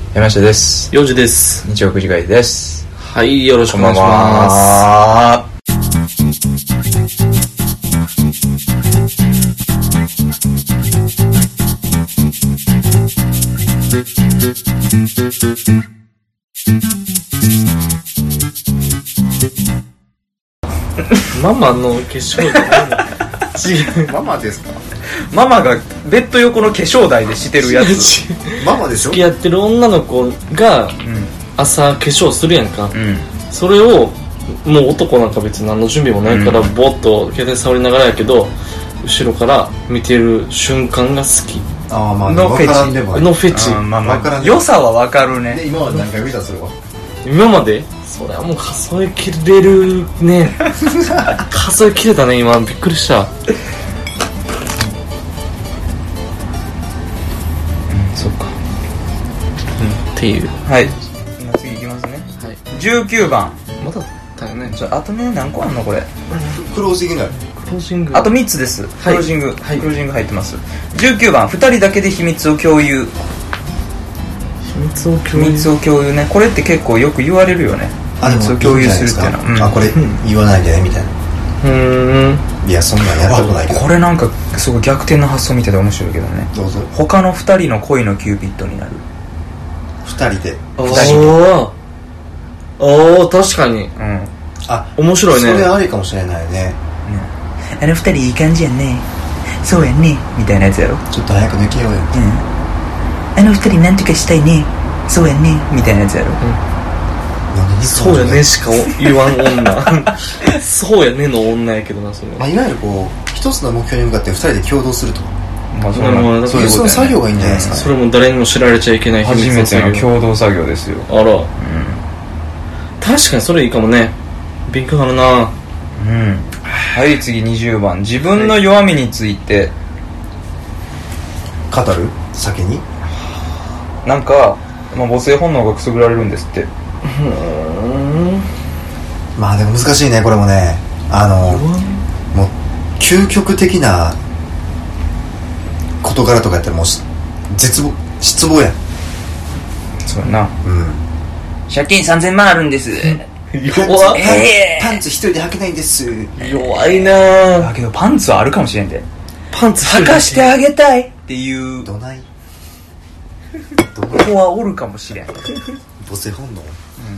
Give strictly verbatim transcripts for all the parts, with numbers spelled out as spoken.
山下です。 よじです。 日曜くじ会です。 はい、よろしくお願いします。ママの化粧台違うママですか？ ママがベッド横の化粧台でしてるやつママでしょ？ 付き合ってる女の子が朝化粧するやんか、うん、それをもう男なんか別に何の準備もないから、うん、ボッと携帯触りながらやけど後ろから見てる瞬間が好き。 あ、まあ、 のフェチのフェチ、 まあまあ、良さはわかるね。 今まで何回見たそれは？ 今までそれはもう数えきれるね数えきれたね今、びっくりした。そっか、うん、っていう。 はい、次いきますね。はい、じゅうきゅうばん。 まだだよね。 ちょあとね、何個あんのこれ。 クロージングなる。 クロージングあとみっつです。クロージング、はい、クロージング入ってます。じゅうきゅうばん、ふたりだけで秘密を共有。 秘密を共有。 秘密を共有ね。これって結構よく言われるよね。秘密を共有するっていうのは、 うん、あ、これ言わないでねみたいな。 うーん。 いや、そんなんやったことないけど。 これなんかすごい逆転の発想みたいで面白いけどね。 どうぞ。 他のふたりの恋のキューピッドになる。 ふたりで。 ふたりで。ああ、確かに。 うん。 あ、 面白いね。 それありかもしれないね。 うん、あのふたりいい感じやんね。そうやんね。みたいなやつやろ。 ちょっと早く抜けようよ。うん。 あのふたりなんとかしたいね。そうやんね。みたいなやつやろ。うん、 そうやねしか言わん女そうやねの女やけどな、それは、 まあ、いわゆるこう一つの目標に向かってふたりで共同すると、 まあ、 そのそういうその作業がいいんじゃないですかね。 それも誰にも知られちゃいけない秘密の作業、初めての共同作業ですよ。 あら、うん、確かにそれいいかもね。勉強なるな。うん。 はい、次にじゅうばん、自分の弱みについて語る先になんか、まあ、母性本能がくすぐられるんですって。 うーん、 まあでも難しいねこれもね。あのもう究極的な事柄とかやったらもう絶望失望やん。 そうやな。うん。借金さんぜんまんあるんです。 弱い。 えー、パンツ一人で履けないんです。 弱いな。 だけどパンツはあるかもしれんで。 パンツ履かしてあげたいっていうどない子はおるかもしれん。 母性本能。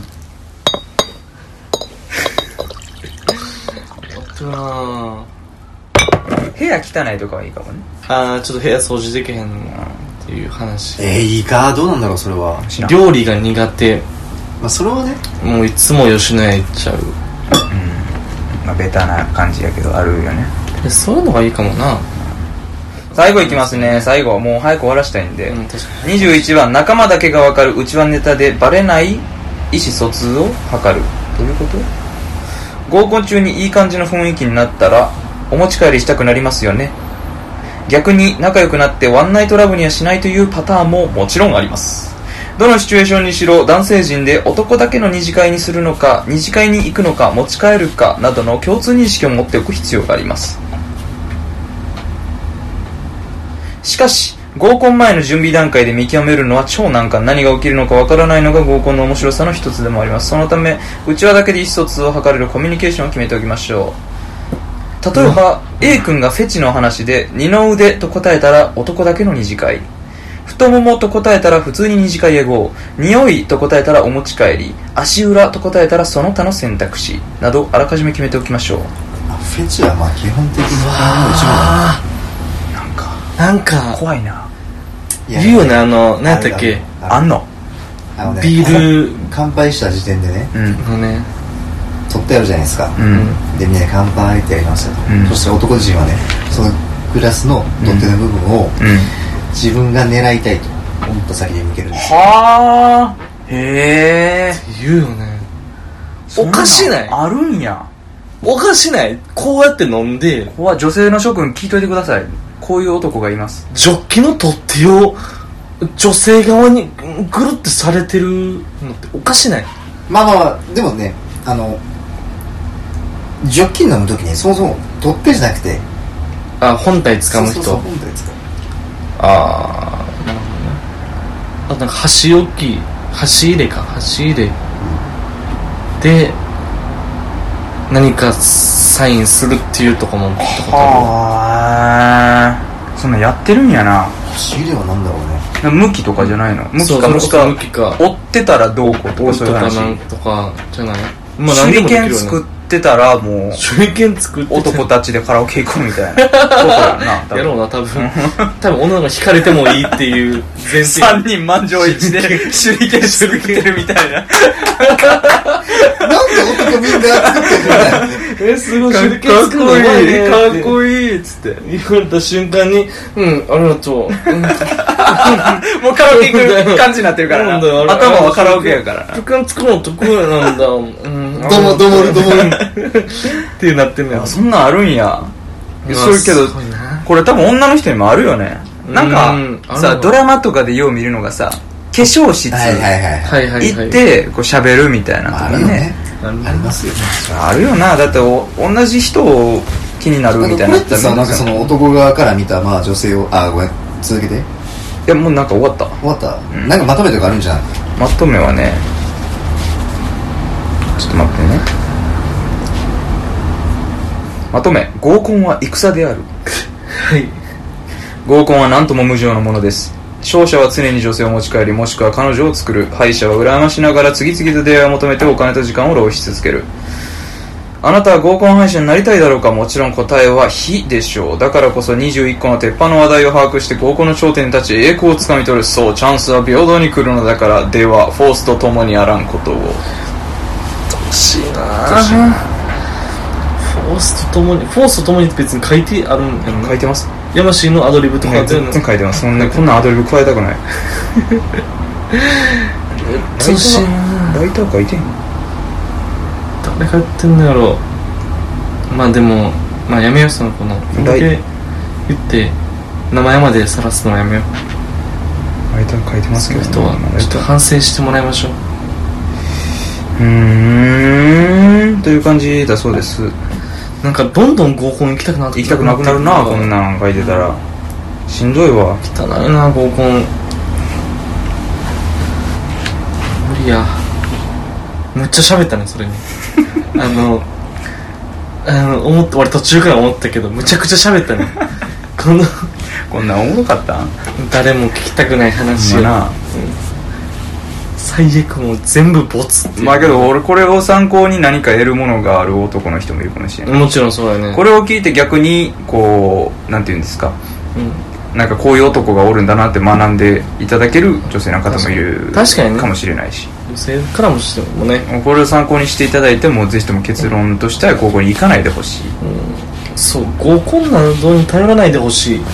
うん。あ部屋汚いとかはいいかもね。 ああ、ちょっと部屋掃除できへんなっていう話。 えー、いいかどうなんだろうそれは。 料理が苦手。 まあそれはね。 もういつも吉野家行っちゃう。うん。 まあベタな感じやけどあるよね。 そういうのがいいかもな。 最後いきますね。最後もう早く終わらしたいんで、 うん、確かに。 にじゅういちばん、仲間だけが分かる内輪ネタでバレない意思疎通を図る。どういうこと？合コン中にいい感じの雰囲気になったらお持ち帰りしたくなりますよね。逆に仲良くなってワンナイトラブにはしないというパターンももちろんあります。どのシチュエーションにしろ男性陣で男だけの二次会にするのか、二次会に行くのか、持ち帰るかなどの共通認識を持っておく必要があります。しかし合コン前の準備段階で見極めるのは超難関。何が起きるのかわからないのが合コンの面白さの一つでもあります。そのため内輪だけで意思疎通を図れるコミュニケーションを決めておきましょう。例えば、うん、A 君がフェチの話で二の腕と答えたら男だけの二次会、太ももと答えたら普通に二次会へ ゴー、匂いと答えたらお持ち帰り、足裏と答えたらその他の選択肢などあらかじめ決めておきましょう。 フェチはまあ基本的に他の一番なんかなんか怖いな。 言うよね、あの何やったっけ、 あんの、 あの、ね、 ビール乾杯した時点でね、 うん、ね、 取ってあるじゃないですか、 うん、 でみんなで乾杯ってやりましたと、うん、そして男自身はねそのグラスの取っ手の部分を、うん、自分が狙いたいと思った先に向けるんですよ。 はあ、へえ言うよね。おかしない？ あるんや。 おかしない？こうやって飲んで、 ここは女性の諸君聞いといてください。こういう男がいます。 ジョッキの取っ手を女性側にぐるってされてるのっておかしない？ まあまあでもね、あのジョッキ飲む時にそもそも取っ手じゃなくて、 あ、本体掴む人。 そうそうそう、本体掴む。 ああ、なるほどね。 あとなんか箸置き箸入れか箸入れで何かサインするっていうとかも聞いたことあある。そんなやってるんやな。 箸入れはなんだろうね。 向きとかじゃないの？向きかもしくは折ってたらどうこうとかそういう話。 なんとかじゃない？ まあ手裏剣作ってたらもう手裏剣作って男たちでカラオケ行こうみたいなことやな。 やろうな多分。多分女の子惹かれてもいいっていう前提。 三人満場一致で手裏剣作ってるみたいな。 なんで男みんな作ってるんだよ。 えすごい手裏剣作るのうまいねかっこいいっつって言われた瞬間にうんありがとう。 もうカラオケ行く感じになってるからな。頭はカラオケやからな。 手裏剣作るの得意なんだ。うんどうもどうもどうもってなってんのよ。 そんなんあるんや。そういうけどこれ多分女の人にもあるよね。なんかさドラマとかでよう見るのがさ化粧室行ってこう喋るみたいなとかね。 ありますよね。 あるよな。だって同じ人を気になるみたいな。 これってさなんかその男側から見たまあ女性をあごめん続けて。 いやもうなんか終わった終わった、うん、なんかまとめとかあるんじゃない？ まとめはねちょっと待ってね。まとめ。合コンは戦である。 はい。 合コンは何とも無情なものです。勝者は常に女性を持ち帰りもしくは彼女を作る。敗者は羨ましながら次々と出会いを求めてお金と時間を浪費し続ける。あなたは合コン敗者になりたいだろうか。もちろん答えは非でしょう。だからこそにじゅういっこの鉄板の話題を把握して合コンの頂点に立ち栄光をつかみ取る。そうチャンスは平等に来るのだから。ではフォースと共にあらんことを。 欲しいなフォースと共にフォースと共に別に書いてあるんやんな。 書いてます。 ヤマシーのアドリブとか全然書いてます。そんなこんなアドリブ加えたくない。 欲しいなライター書いてんの？ 誰がやってんのやろ。まあでもまあやめようその子のこだけ言って名前まで晒すのはやめよう。 ライター書いてますけど、ね、 そういう人はちょっと反省してもらいましょう。 うーんという感じだそうです。 なんかどんどん合コン行きたくなって行きたくなくなるなこんなん書いてたら、うん、しんどいわ。 汚いな合コン。無理や。むっちゃ喋ったねそれに。あのあの思った俺途中から思ったけどむちゃくちゃ喋ったね。このこんなんおもろかった。 誰も聞きたくない話をな、うん、最悪もう全部ボツっていう。 まあけど俺これを参考に何か得るものがある男の人もいるかもしれない。 もちろんそうだね。 これを聞いて逆にこうなんていうんですか、うん、なんかこういう男がおるんだなって学んでいただける女性の方もいる確かに、ね、 かもしれないし、 女性からもしてもねこれを参考にしていただいてもぜひとも結論としては合コンに行かないでほしい、 うん、そう合コンなどに頼らないでほしい、うん、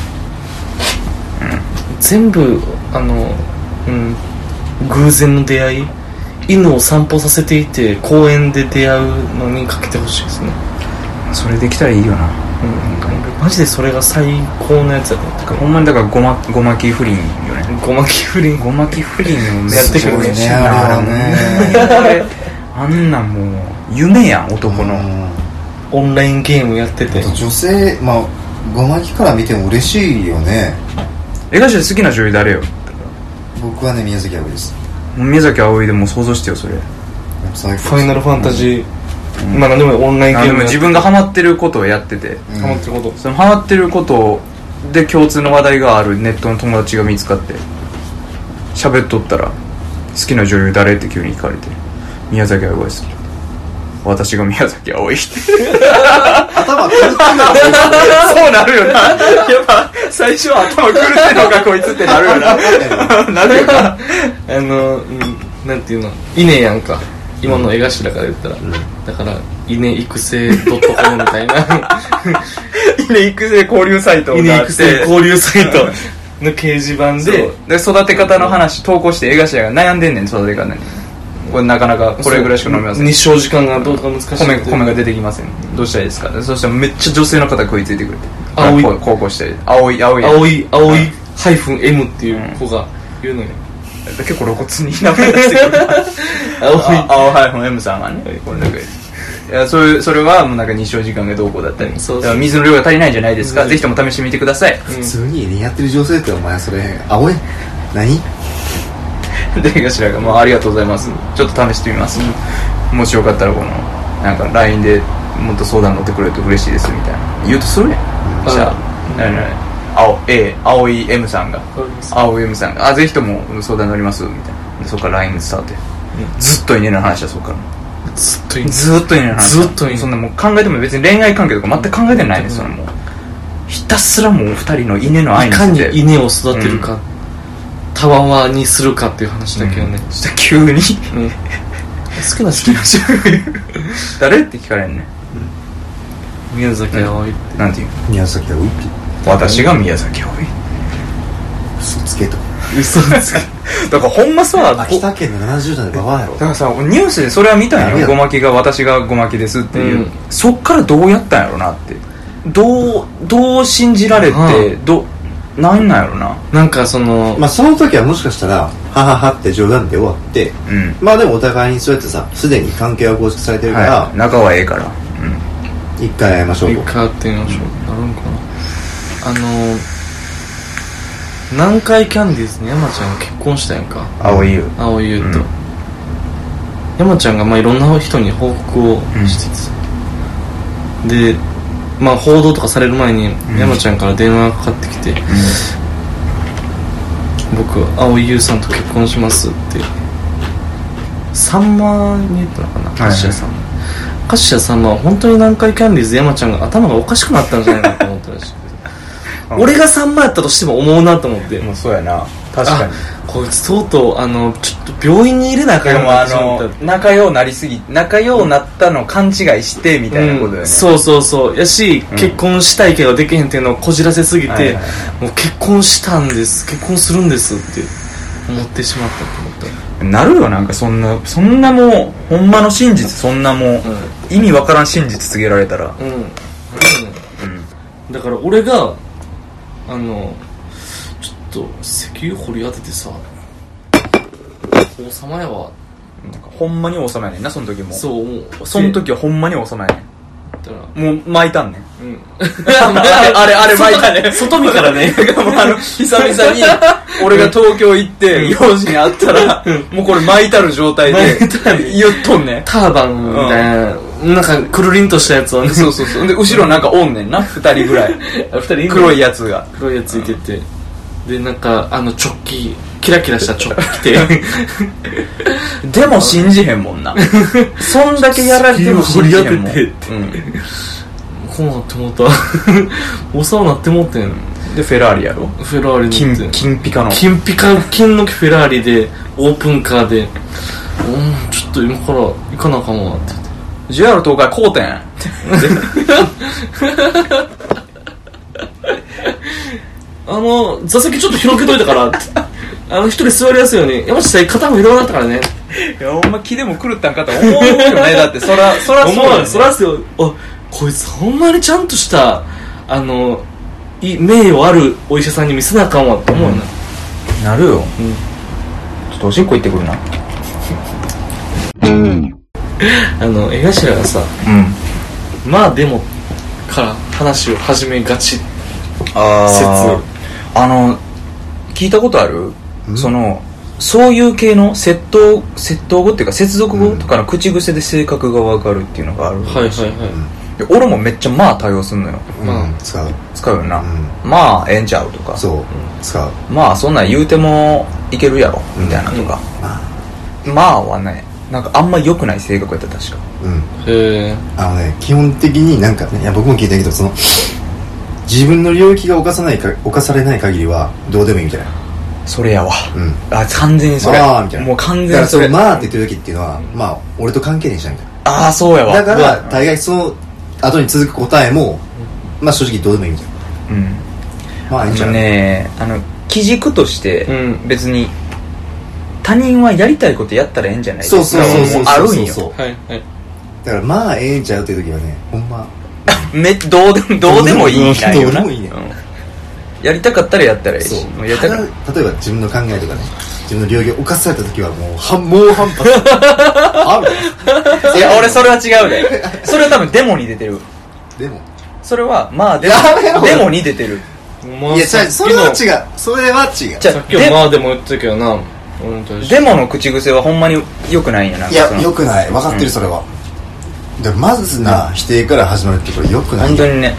全部あのうん偶然の出会い。犬を散歩させていて公園で出会うのにかけてほしいですね。 それできたらいいよな、 うん、マジでそれが最高のやつだと思って。 ほんまにだからごまごまき不倫よね。 ごまき不倫ごまき不倫をやってくるね。 ねあれあんなんもう夢やん男の。 オンラインゲームやってて女性まあごまきから見ても嬉しいよね。 えがし好きな女優誰よ。 僕はね宮崎あおいです。 宮崎あおいでもう想像してよそれ。 ファイナルファンタジー、うん、まあ何でもオンラインゲーム。でも自分がハマってることをやってて、 うん、ハマってることそのハマってることで共通の話題があるネットの友達が見つかって喋っとったら好きな女優誰って急に聞かれて宮崎あおいです。私が宮崎あおいって頭狂ってんのかそうなるよな。やっぱ最初は頭狂ってんのかこいつってなるよな。なるよな。 あの、うん、なんていうの稲やんか今の絵頭から言ったら、うん、だから稲育成 .com みたいな稲育成交流サイトがあって稲育成交流サイトの掲示板でで育て方の話投稿して絵頭が悩んでんねん育て方に。これなかなかこれぐらいしか飲みません。 日照時間がどうか難しい。 米米が出てきません。どうしたらいいですか。そしたらめっちゃ女性の方食いついてくれて。 青い高校して青い青い青い青いハイフン M っていう子が言うのよ。 結構露骨に名前出してくる。青い青ハイフン M さんがね。これだけ。いやそういうそれはもうなんか日照時間がどうこうだったり。そうそう。水の量が足りないんじゃないですか。ぜひとも試してみてください。 普通にやってる女性ってお前それ青い何？ で頭が、まあ、ありがとうございます、ちょっと試してみます、うん、もしよかったらこのなんか ライン でもっと相談乗ってくれると嬉しいですみたいな言うとするやん、うん、じゃあ、うん、青 A 青い M さんが青い M さんがあぜひとも相談乗りますみたいなでそこから ライン でスタート、うん、ずっと稲の話はそこからずっと稲ずっと稲の話ずっと稲そんなもう考えても別に恋愛関係とか全く考えてないね、うん、そのもうひたすらもう二人の稲の愛にいかに稲を育てるか、うん、たわわにするかっていう話だけどね、 うん、そしたら急に、うん、 好きな好きな誰って聞かれんね、 うん、宮崎葵って、 うん、なんていう宮崎葵って私が宮崎葵嘘つけと嘘つけだからほんまさ秋田県のななじゅう代のババアやろだからさニュースでそれは見たんよごまきが私がごまきですっていう、うん、そっからどうやったんやろなってどうどう信じられて、うん、どなんなんやろななんかそのまあその時はもしかしたらはははって冗談で終わって、うん、まあでもお互いにそうやってさすでに関係は構築されてるから、 はい、仲はええから、 うん、一回会いましょう一回会ってみましょう、うん、なるんかなあの南海キャンディーズに山ちゃんが結婚したやんか青い優青い優と、うん、山ちゃんがまあいろんな人に報告をしてて、うん、でまあ報道とかされる前に山ちゃんから電話がかかってきて、うん、僕青井優さんと結婚しますってさんまに言ったのかなカシヤさんカシヤさんは本当に南海キャンディーズ山ちゃんが頭がおかしくなったんじゃないかと思ったらしい俺がさんまやったとしても思うなと思ってもうそうやな確かにこいつとうとうあのちょっと病院に入れなあかんようになってしまったでもあの仲良うなりすぎ仲良うなったのを勘違いしてみたいなことだよね、うん、 そうそうそうやし、うん、結婚したいけどできへんっていうのをこじらせすぎて、はいはいはい、もう結婚したんです結婚するんですって思ってしまったと思ったなるよなんかそんなそんなもうほんまの真実そんなもう、うん、意味わからん真実告げられたらうん、うん、 だから俺があのちょっと石油掘り当ててさ王様やわなんかほんまに王様やねんなその時もそうもうその時はほんまに王様やねんだからもう巻いたんねん、うん、 あれあれ巻いたね外見からねもうあの久々に俺が東京行って用事に会ったらもうこれ巻いたる状態で言っとんねんターバンみたいな、うん、なんかくるりんとしたやつをねそうそうそうで後ろなんかおんねんなふたりぐらいふたり黒いやつが黒いやついてて、うん、でなんかあのチョッキキラキラしたチョッキ着てでも信じへんもんなそんだけやられても信じへんもん、うん、 こうなってもうたお世話なってもってんでフェラーリやろフェラーリ乗って金ピカの金ピカ金のフェラーリでオープンカーでうんちょっと今から行かなあかんわって言ってジェイアール 東海こうてんあの座席ちょっと広げといたからってあの一人座りやすいように山下さん肩も広くなったからねいやほんま気でも狂ったんかと思うよねだってそらそらそうだよそらそうよあこいつほんまにちゃんとしたあのい名誉あるお医者さんに見せなあかんわって思うよね、 うん、なるよ、うん、ちょっとおしっこ行ってくるなあの江頭がさ、うん、まあでもから話を始めがちあ説あの聞いたことあるそのそういう系の窃盗窃盗語っていうか接続語とかの口癖で性格が分かるっていうのがある、うん、 はいはいはいで俺もめっちゃまあ対応すんのよ、 うん、使う使うよな、うん、まあええんちゃうとかそう、うん、使うまあそんなん言うてもいけるやろみたいなとか、うん、まあはねなんかあんま良くない性格やった確かうんへえあのね基本的になんかねいや僕も聞いたけどその自分の領域が侵さないか侵されない限りはどうでもいいみたいなそれやわ、 うん、 あ完全にそれああみたいなもう完全にそれだからそのまあって言ってる時っていうのはまあ俺と関係ねえじゃんみたいなああそうやわだから大概その後に続く答えもまあ正直どうでもいいみたいなうんまあいいんじゃないねあの基軸として別に他人はやりたいことやったらええんじゃないそうそうそうそうあるんよはいはいだからまあええんちゃうっていう時はねほんまめどうでもどうでもいいみたいなどうでもいいね、うん 、やりたかったらやったらいいしそうもうやりたか例えば自分の考えとかね自分の領域を侵された時はもうは猛反発あいや俺それは違うでそれは多分デモに出てるデモそれはまあデモデモに出てるいやそれは違うそれは違うさっきはまあでも言ってたけどなでもの口癖はほんまに良くないんやな。 いや良くない、分かってるそれは、うん、でもまずな、うん、否定から始まるってこれ良くない。 本当にね、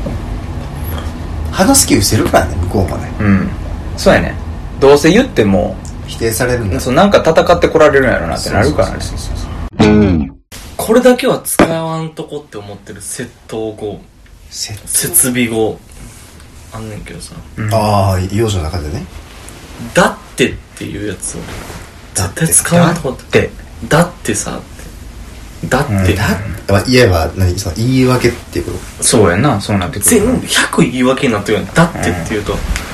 話す気失せるからね向こうもね。 うん、そうやね。どうせ言っても否定されるんだ。 そう、なんか戦ってこられるんやろなってなるからね。そうそうそうそう、うん、 これだけは使わんとこって思ってる窃盗語、設備語あんねんけどさ、 うん、ああ幼女の中でね、 だってっていうやつを絶対使わんとこって。だってさってだって、うん、 だ言えば何、その言い訳っていうこと。 そうやな、そうなってくる。 全部ひゃく言い訳になってるやん。だってっていうと、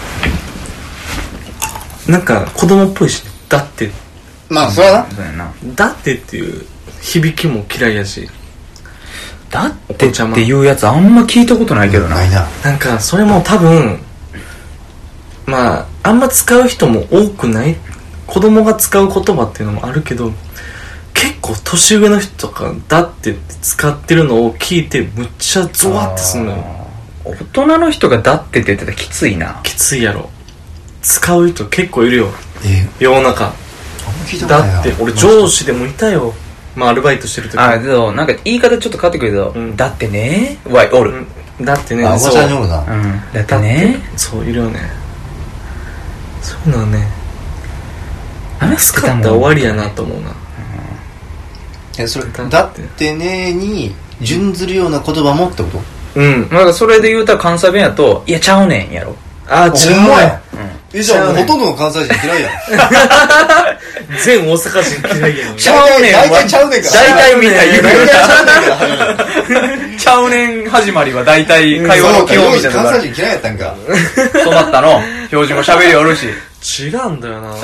うん、なんか子供っぽいし、だってまあそれはな、 だってっていう響きも嫌いやし、 だってっていうやつあんま聞いたことないけどな。 ないな。 なんかそれも多分まああんま使う人も多くない、子供が使う言葉っていうのもあるけど、結構年上の人とかだってって使ってるのを聞いてむっちゃゾワってすんのよ。 大人の人がだってって言ってたらきついな。 きついやろ。使う人結構いるよ、 えー、 世の中。だって俺上司でもいたよ、まあアルバイトしてる時。 あ、でもなんか言い方ちょっと変わってくるけど、うん、だってねーわいおる、 うん、だってね、 あ、おばちゃんにおるな、 うん、だってねー、そういるよね。そういうのはね、使ったら終わりやなと思うな。 え、それだってねに準ずるような言葉もってこと？ うん。なんかそれで言うたら関西弁やと、いやちゃうねんやろ。 あ、違うやん。 え、じゃあもうほとんどの関西人嫌いやん。 全大阪人嫌いやん。 ちゃうねん。 大体ちゃうねんから。 大体みんな言うから。ちゃうねん始まりは大体会話の基本みたいな。 関西人嫌いやったんか。 そうなったの。標準語喋りおるし。 違うんだよな。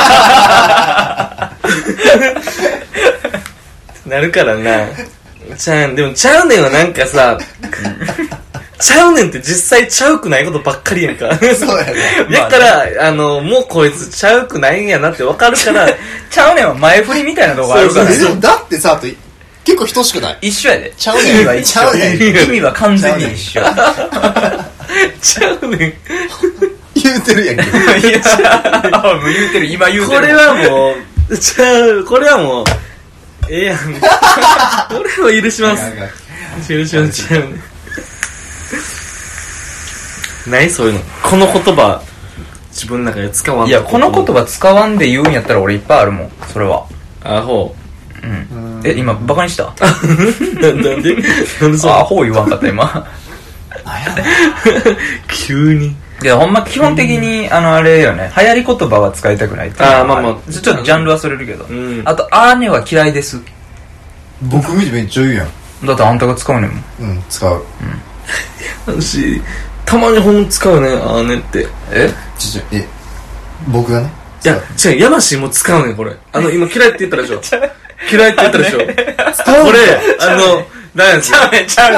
なるからな。ちゃう、でもちゃうねんはなんかさ、ちゃうねんって実際ちゃうくないことばっかりやんか。 そうやね。 だから、あの、もうこいつちゃうくないんやなってわかるから、 ちゃうねんは前振りみたいなとこあるから。 でもだってさ、と結構等しくない？ 一緒やで。 ちゃうねん。 意味は一緒。意味は完全に一緒。 ちゃうねん。 言うてるやんけ。いや、 もう言うてる、今言うてる。 これはもう、ちゃう、これはもう、ええやん。これは許します。許します。ちゃうねん。ないそういうの。この言葉自分の中で使わん。 いや、この言葉使わんで言うんやったら俺いっぱいあるもん。それはアホ。 うん。え、今バカにした？ なんでなんでそうアホ言わんかった今。 急に。 いやほんま基本的に、うん、あのあれよね、流行り言葉は使いたくないっていう。 ああ、まあまあちょっとジャンルはそれるけど、 うん、 あとあーねは嫌いです。 僕見てめっちゃ言うやん。 だってあんたが使うねんもん。 うん、使う。 うん、私たまにほん使うね、あーねって。 えちょちょえ僕がね、 いや違う、ヤマシーも使うねんこれ。あの今嫌いって言ったでしょ。嫌いって言ったでしょ。使うこれあのなんですよ。ちゃうねんちゃうねん。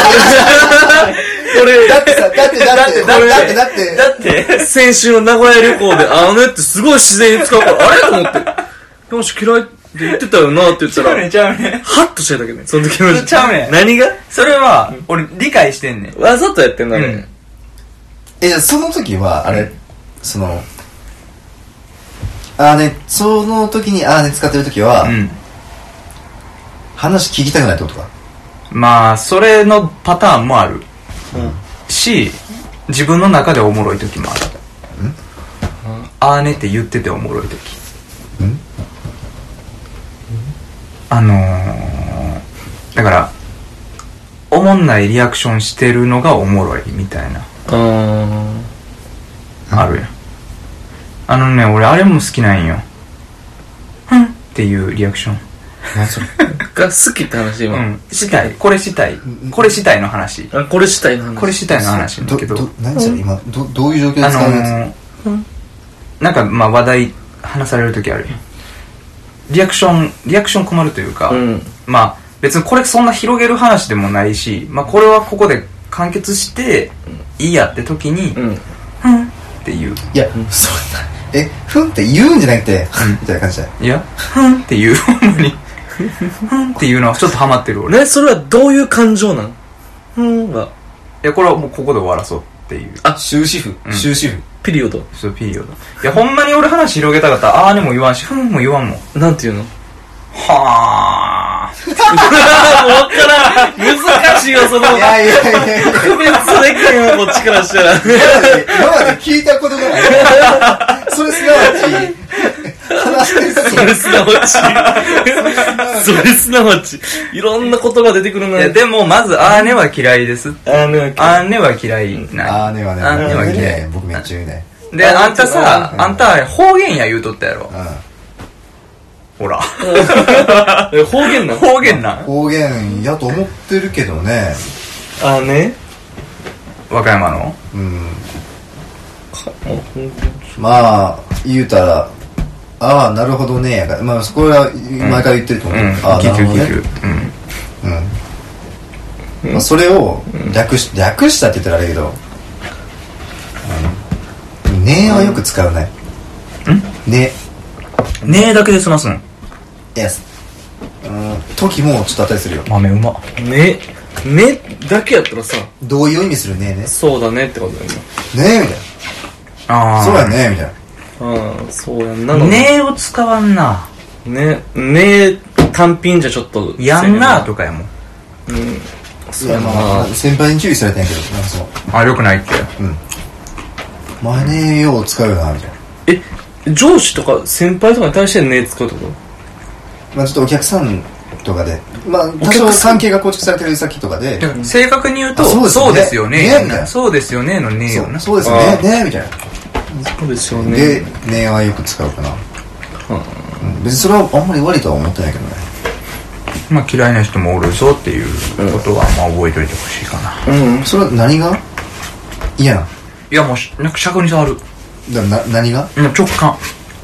これだってさ、だってだってだってだってだって先週の名古屋旅行であのねってすごい自然に使うからあれと思って、もし嫌いって言ってたよなって言ったら、 ちゃうねんちゃうねん、 ハッとしただけね。その時のちゃうねん。 何がそれは俺理解してんねん。 わざとやってんのね。 え、その時はあれ、そのあーね、その時にあーね使ってる時は話聞きたくないってことか。 まあそれのパターンもある、うん、し自分の中でおもろい時もある。んあーねって言ってておもろい時。んあのー、だからおもんないリアクションしてるのがおもろいみたいな。 ああるやん。あのね、俺あれも好きなんよ。ふんっていうリアクション。 何それが好きって話今。 うん。したい。これしたい。これしたいの話。 あ、これしたいの話。 これしたいの話だけど。 ど、ど、何それ今、ど、どういう状況で使うやつ？ あのー、なんかまあ話題話される時あるやん。リアクション、リアクション困るというか、 うん、 まあ別にこれそんな広げる話でもないし、まあこれはここで完結していいやって時に、 うん、 ふんっていう。 いや、そんな。え、ふんって言うんじゃなくて、うん、みたいな感じだよ。 いや、ふんっていう、ほんまに。ふんっていうのはちょっとハマってる俺。 ね、それはどういう感情なん？ふんは。 いや、これはもうここで終わらそうっていう。 あ、終止符、 うん、 終止符。 ピリオド。 そう、ピリオド。いや、ほんまに俺話広げたかったら、あーねも言わんし、ふんも言わんもん。 なんて言うの？ はー。 わからん。難しいよ、その。 いやいやいやいや。 区別できんよ、こっちからしたら。 今まで聞いたことがない。それすなわち、話してるそれすなわち。それすなわち。いろんな言葉出てくるな。 いや、でも、まず、あーねは嫌いです。 あーねは嫌い。 あーねは嫌いな。 あーねはね。 あーねは嫌い。 僕めっちゃ言うね。 で、あんたさ、あんた方言や言うとったやろ。ほら。 方言なん？ 方言なん？ 方言やと思ってるけどね。 あーね？ 和歌山の？ うん。まあ、言うたら、ああ、なるほどねやから。まあ、そこは前から言ってると思う。ああ、なるほどね。うん。まあ、それを略し、略したって言ったらあれやけど、ねえはよく使うね。んねえ。ねえだけで済ますん？ いや、うん、時もちょっとあったりするよ。 豆うま。 ねねだけやったらさ、 どういう意味するねえね。 そうだねってことだよね。 ねえみたいな。ああ。そうやねみたいな。うん、そうやんな。 ねえを使わんな。 ねね単品じゃちょっと。 やんなとかやもん。 うん。 いや、まあ、先輩に注意されたんやけど、なんかそう。 あ、よくないって。 うん。前ねえよう使うよな、みたいな。 え、上司とか先輩とかに対してね使うってこと？ まあちょっとお客さんとかで、まあ多少関係が構築されてる先とかで、 正確に言うと、そうですよね。そうですよねのねえよな。 そうですよね、ねえみたいな。 そうですよね。 で、ねえはよく使うかな。別にそれはあんまり悪いとは思ってないけどね。 まあ嫌いな人もおるぞっていうことはまあ覚えといてほしいかな。 うん、それは何が嫌な？ いやもう、なんか尺に触る。 だな、何が？ うん、直感。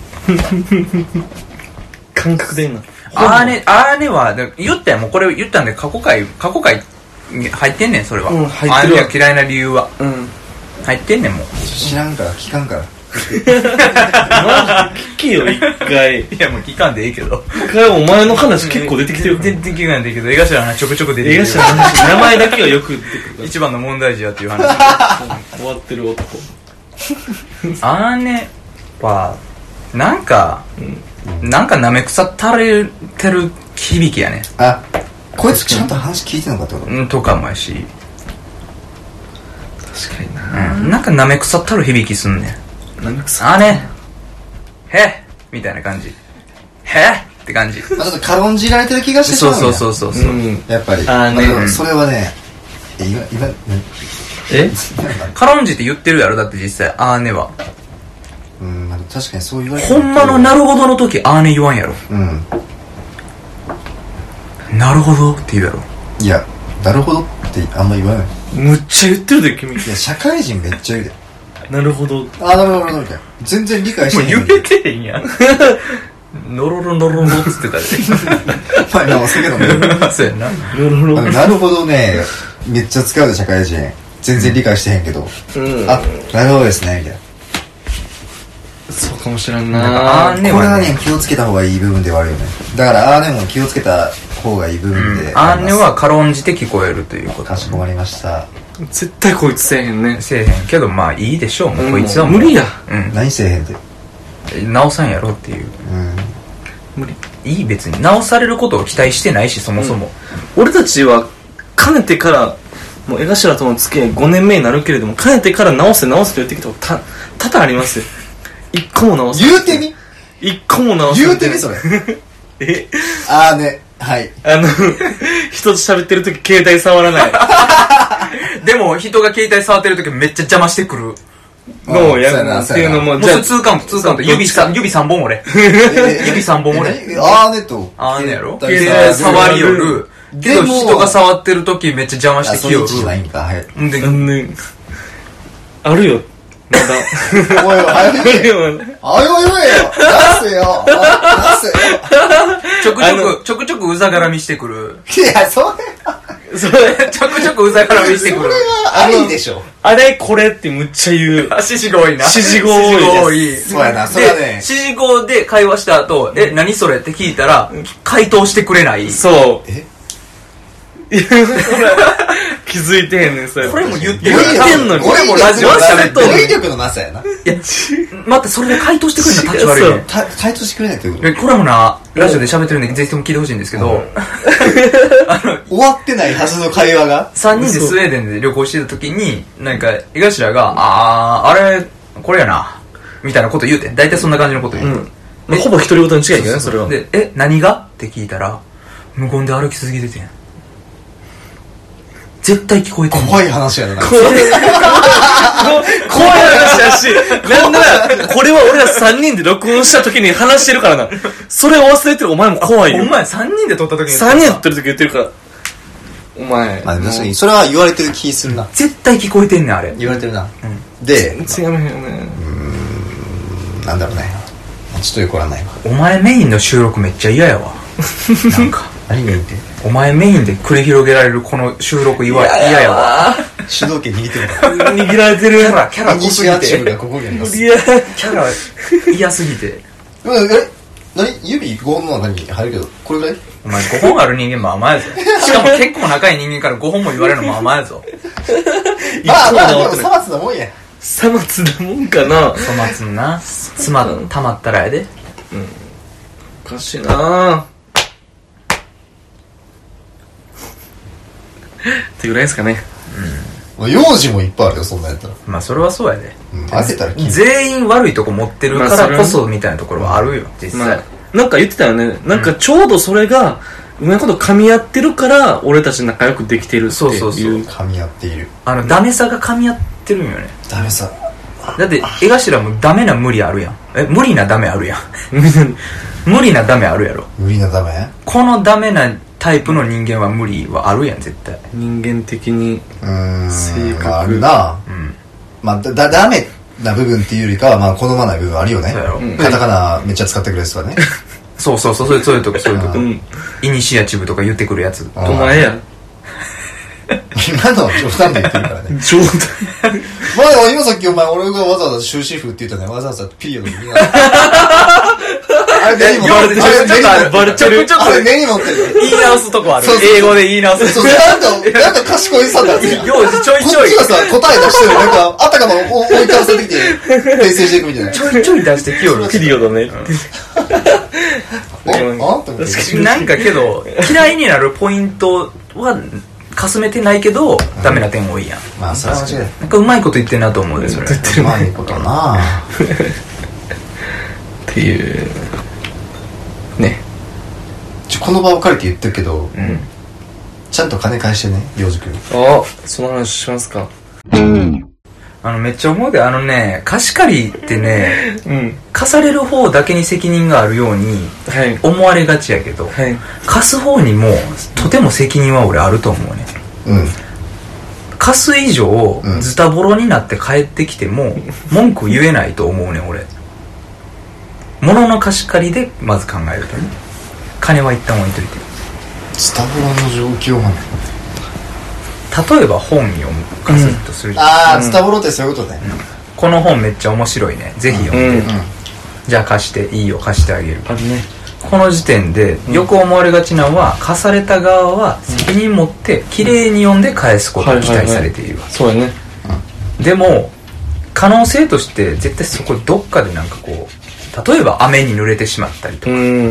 感覚でいいな。 あーね、あーねは、言ったよ、もうこれ言ったんで、過去回、過去回に入ってんねん、それは。 うん、入ってる。 あーねは嫌いな理由は。 うん。 入ってんねん、もう。 知らんから、聞かんから。 マジ聞けよ、一回。 いや、もう聞かんでいいけど。 一回お前の話結構出てきてる。 全然聞かんでいいけど、江頭の話ちょくちょく出てきてる。 江頭の話、名前だけはよく出てくる。 一番の問題児やっていう話。 終わってる男。 あーねは、なんか、なんか舐め腐ったれてる響きやね。 あ、こいつちゃんと話聞いてんのかってこと？ うんとかもやし。 確かにな。 うん、なんか舐め腐ったる響きすんねん。 舐め腐あねへみたいな感じ。へって感じ。 あ、ちょっと軽んじられてる気がしてしまうんや。 そうそうそうそう。うん、 やっぱり。 あね、 まあ、それはね、え、今、今、 え軽んじって言ってるやろ、だって実際、あーねは。 うん、まあ、確かにそう言われてほんまのなるほどの時、あーね言わんやろ。 うん。 なるほどって言うやろ。 いや、なるほどってあんま言わない。 むっちゃ言ってるで、君。 いや、社会人めっちゃ言うで。 なるほど。 あー、なるほど、みたいな。全然理解してない。 もう言えてへんやん。ノロロノロロっつってたで。 まあ、直すけどね。 そうやな。 ロロロ。 なるほどね、めっちゃ使うで、社会人。全然理解してへんけど。うん。あ、なるほどですね、みたいな。 そうかもしれんな。 あーねこれはね、気をつけた方がいい部分ではあるよね。だから、あーねも気をつけた方がいい部分で。 あーねは軽んじて聞こえるということ。 かしこまりました。 絶対こいつせえへんね。 せえへんけど、まあいいでしょう。もうこいつは無理や。 うん。何せえへんって。 直さんやろっていう。うん。無理。いい別に。直されることを期待してないし、そもそも。 俺たちは、かねてから、もう江頭との付き合いごねんめになるけれども、かねてから直せ直せと言ってきたことた、多々ありますよ。一個も直せ。 言うてみ一個も直せ。 言うてみそれ。 えあーね、はい。 あの、人と喋ってるとき携帯触らない。 でも、人が携帯触ってるときめっちゃ邪魔してくる。 のをやるっていうのも、 じゃあ、ツーカウント、ツーカウント。指さ、指さんぼん俺。指さんぼん俺。 あーねと。 あーねやろ携帯触りよる。けど人が触ってるときめっちゃ邪魔してきよる。 そういうないんか、はい。 で、あるよ。まだ。 おいおい、早く言えよ。おいおいおいよ。出せよ。出せよ。 ちょくちょく、ちょくちょくうざがらみしてくる。 いや、それそれ、ちょくちょくうざがらみしてくる。 それはありでしょ。 あれこれってむっちゃ言う。 指示が多いな。 指示が多い。 そうやな、それはね。 指示語で会話した後、え、何それって聞いたら、回答してくれない。 そう。 え気づいてへんねんそれ。 これも言って言ってんのに。 これもラジオ喋っとんの語彙力のなさやな。いや、待って、それで回答してくれるのタッチ悪いね。 回答してくれないってこと。 これもな、ラジオで喋ってるんで、ぜひとも聞いてほしいんですけど、 あの、終わってないはずの会話が。 さんにんでスウェーデンで旅行してた時に、なんか、江頭が、あー、あれ、これやな、みたいなこと言うて。大体そんな感じのこと言うて。 まあ、ほぼ独り言に違いけどね、それは。 で、え、何がって聞いたら、無言で歩き続けててん。絶対聞こえてん。 怖い話やな。 怖い話やし、なんなら、これは俺らさんにんで録音した時に話してるからな。それを忘れてるお前も怖いよ。 お前さんにんで撮った時にさんにんで撮ってる時言ってるから。お前。 まあ確かに、それは言われてる気するな。 絶対聞こえてんねん、あれ。 言われてるな。 うん、 で、 全然やめへんよね。 うーん、なんだろうね。ちょっとよくわかんないわ。 お前メインの収録めっちゃ嫌やわ。なんか。 何メインって。 お前メインで繰り広げられるこの収録嫌ややわ。 主導権握ってるから。 握られてる。 キャラ、キャラ濃すぎて。 がここにあります。 いや、 キャラ嫌すぎて。 え、何指ごほんの中に入るけど、これぐらいお前ごほんある人間も甘やぞ。しかも結構仲いい人間からごほんも言われるのも甘やぞ。 まあまあ、でもさ末なもんや。 さ末なもんかな。 粗末のな。妻たまったらやで。うん。 おかしいなぁ。ってぐらいですかね。 うん。幼児もいっぱいあるよ、そんなんやったら。 まあそれはそうやで。 うん。開けたら全員悪いとこ持ってるからこそみたいなところはあるよ、実際。 まあ、なんか言ってたよね。なんかちょうどそれが、うまいこと噛み合ってるから、俺たち仲良くできてるっていう。 そうそうそう。 噛み合っている。 あの、ダメさが噛み合ってるんよね。 ダメさ。 だって、江頭もダメな無理あるやん。え、無理なダメあるやん。無理なダメあるやろ。 無理なダメこのダメなタイプの人間は無理はあるやん、絶対。 人間的に。 うーん。 性格。 まあ、あるな。 うん。 まあ、だ、ダメな部分っていうよりかは、まあ、好まない部分あるよね。 そうやろ。 カタカナめっちゃ使ってくるやつとかね。 そうそうそう、そういうそういうとこ、そういうとこ。 うん。 イニシアチブとか言ってくるやつ。 お前や。 今のは冗談で言ってるからね。 冗談。 まあでも今さっきお前俺がわざわざ終止符って言ったね。わざわざピリオドに。あれ根に持ってる。あれバレちゃう。 あれ根に持ってる。 言い直すとこある。 そうそう英語で言い直す。 そう、なんか、なんか賢いさんだって。 ようちょいちょい。 こっちがさ、答え出してる。なんか、あたかも追い返されてきて、訂正していくみたいな。 ちょいちょい出してきよる。 ピリオドね。 ああって思って。 なんかけど、嫌いになるポイントは、かすめてないけど、ダメな点多いやん。 まあ、それは間違いない。 なんかうまいこと言ってんなと思うで、それ。 うまいことなっていうね。 ちょこの場を借りて言ってるけど、 うん、 ちゃんと金返してね、洋く君。 あ、その話しますか。 あのめっちゃ思うで、あのね、貸し借りってね、 うん、 貸される方だけに責任があるように思われがちやけど、はい、貸す方にもとても責任は俺あると思うね。 うん。 貸す以上、うん、ズタボロになって帰ってきても文句言えないと思うね俺。物の貸し借りでまず考えるとね、金は一旦置いといて。 ズタボロの状況がね。 例えば本読む貸すとするじゃん、 うん、ああ、ズタボロってそういうことね、 うん、この本めっちゃ面白いね、ぜひ読んで、うんうん、じゃあ貸していいよ、貸してあげる。 あるね。 この時点でよく思われがちなのは、貸された側は責任持ってきれいに読んで返すことを期待されている、 そうやね、 うん、でも可能性として絶対そこどっかでなんかこう、例えば雨に濡れてしまったりとか、うん、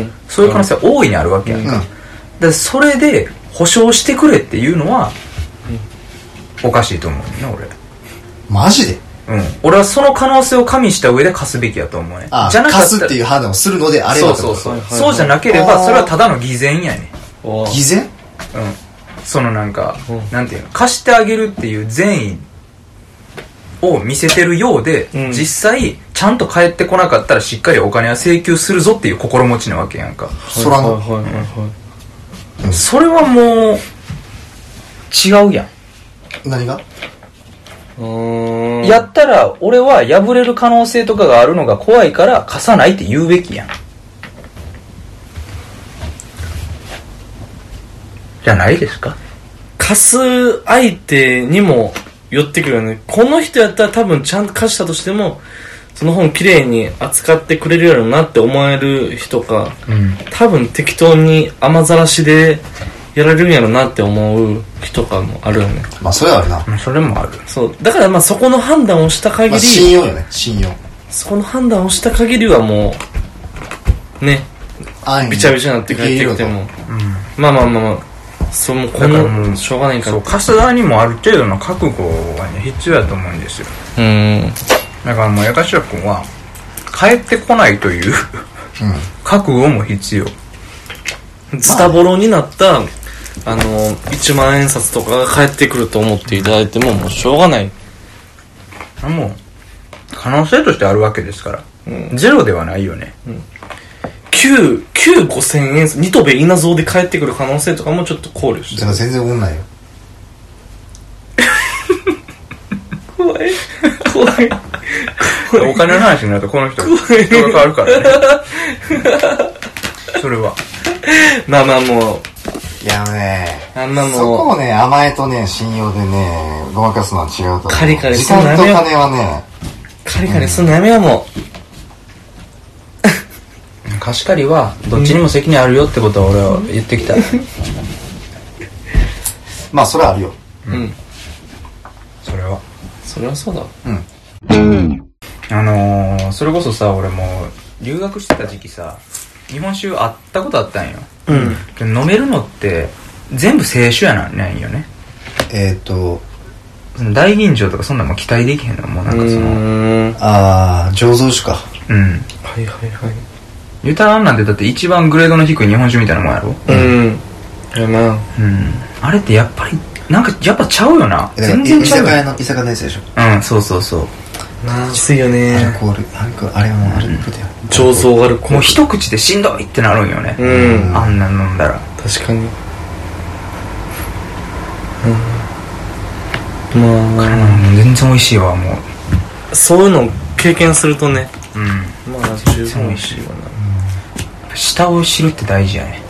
そういう可能性は大いにあるわけやんか、うん、でそれで保証してくれっていうのはおかしいと思うね俺。 マジで？ うん、俺はその可能性を加味した上で貸すべきやと思うね。 ああ、じゃなかったら貸すっていう判断をするのであれば、 そうそうそう、はいはいはい、そうじゃなければそれはただの偽善やね。 偽善？ うん、そのなんか、うん、なんていうの、貸してあげるっていう善意を見せてるようで、うん、実際ちゃんと返ってこなかったらしっかりお金は請求するぞっていう心持ちなわけやんか。 そらの、 うん、それはもう違うやん。 何が？ やったら俺は破れる可能性とかがあるのが怖いから貸さないって言うべきやんじゃないですか。 貸す相手にも寄ってくるよね。この人やったら多分ちゃんと貸したとしてもその本きれいに扱ってくれるやろなって思える人か、うん、多分適当に雨ざらしでやられるんやろなって思う日とかもあるよね。 まあそれはあるな。 まあそれもある。 そうだからまあそこの判断をした限り、まあ、 信用よね、信用。 そこの判断をした限りはもうねびちゃびちゃになって帰ってきても、うん、まあまあまあまあそうもうこんなしょうがないから。そう貸す側にもある程度の覚悟がね必要だと思うんですよ。 うん。 だからもう矢頭君は帰ってこないという、うん、覚悟も必要。 ズタボロになったあのいちまん円札とかが返ってくると思っていただいてももうしょうがない。 もう可能性としてあるわけですから、うん、ゼロではないよね。うん、 旧旧ごせんえんニトベ稲造で返ってくる可能性とかもちょっと考慮して。 だから全然思んないよ。 怖い怖い怖い。お金の話になるとこの人人が変わるからね。それはまあまあもういやねあんなもうそこをね甘えとね信用でねごまかすのは違うと思う。 カリカリすんのやめよう。時間と金はねカリカリすんのやめようもう貸し借りはどっちにも責任あるよってことは俺は言ってきた。 まあそれはあるよ。 うん、 それはそれはそうだ。 うん、うん、あのー、それこそさ俺も留学してた時期さ日本酒あったことあったんよ、 うん、 で飲めるのって全部清酒やなんよね。 えっ、ー、と大吟醸とかそんなも期待できへんのもうなんかそのああ醸造酒か。 うんはいはいはい。 言うたらあんなんでだって一番グレードの低い日本酒みたいなもんやろ。 うんやな。 うんあれってやっぱりなんかやっぱちゃうよな。全然ちゃうよ。 居酒屋の居酒屋のやつでしょ。 うんそうそうそうまずいよね。 アルコールアルコールあれはもうアルコールだよ。 醸造アルコールもう一口でしんどいってなるんよね。 うんあんなん飲んだら確かに。うんまあ全然美味しいわもう。そういうのを経験するとね。 うんまあ十分美味しいわな。 舌を知るって大事やね。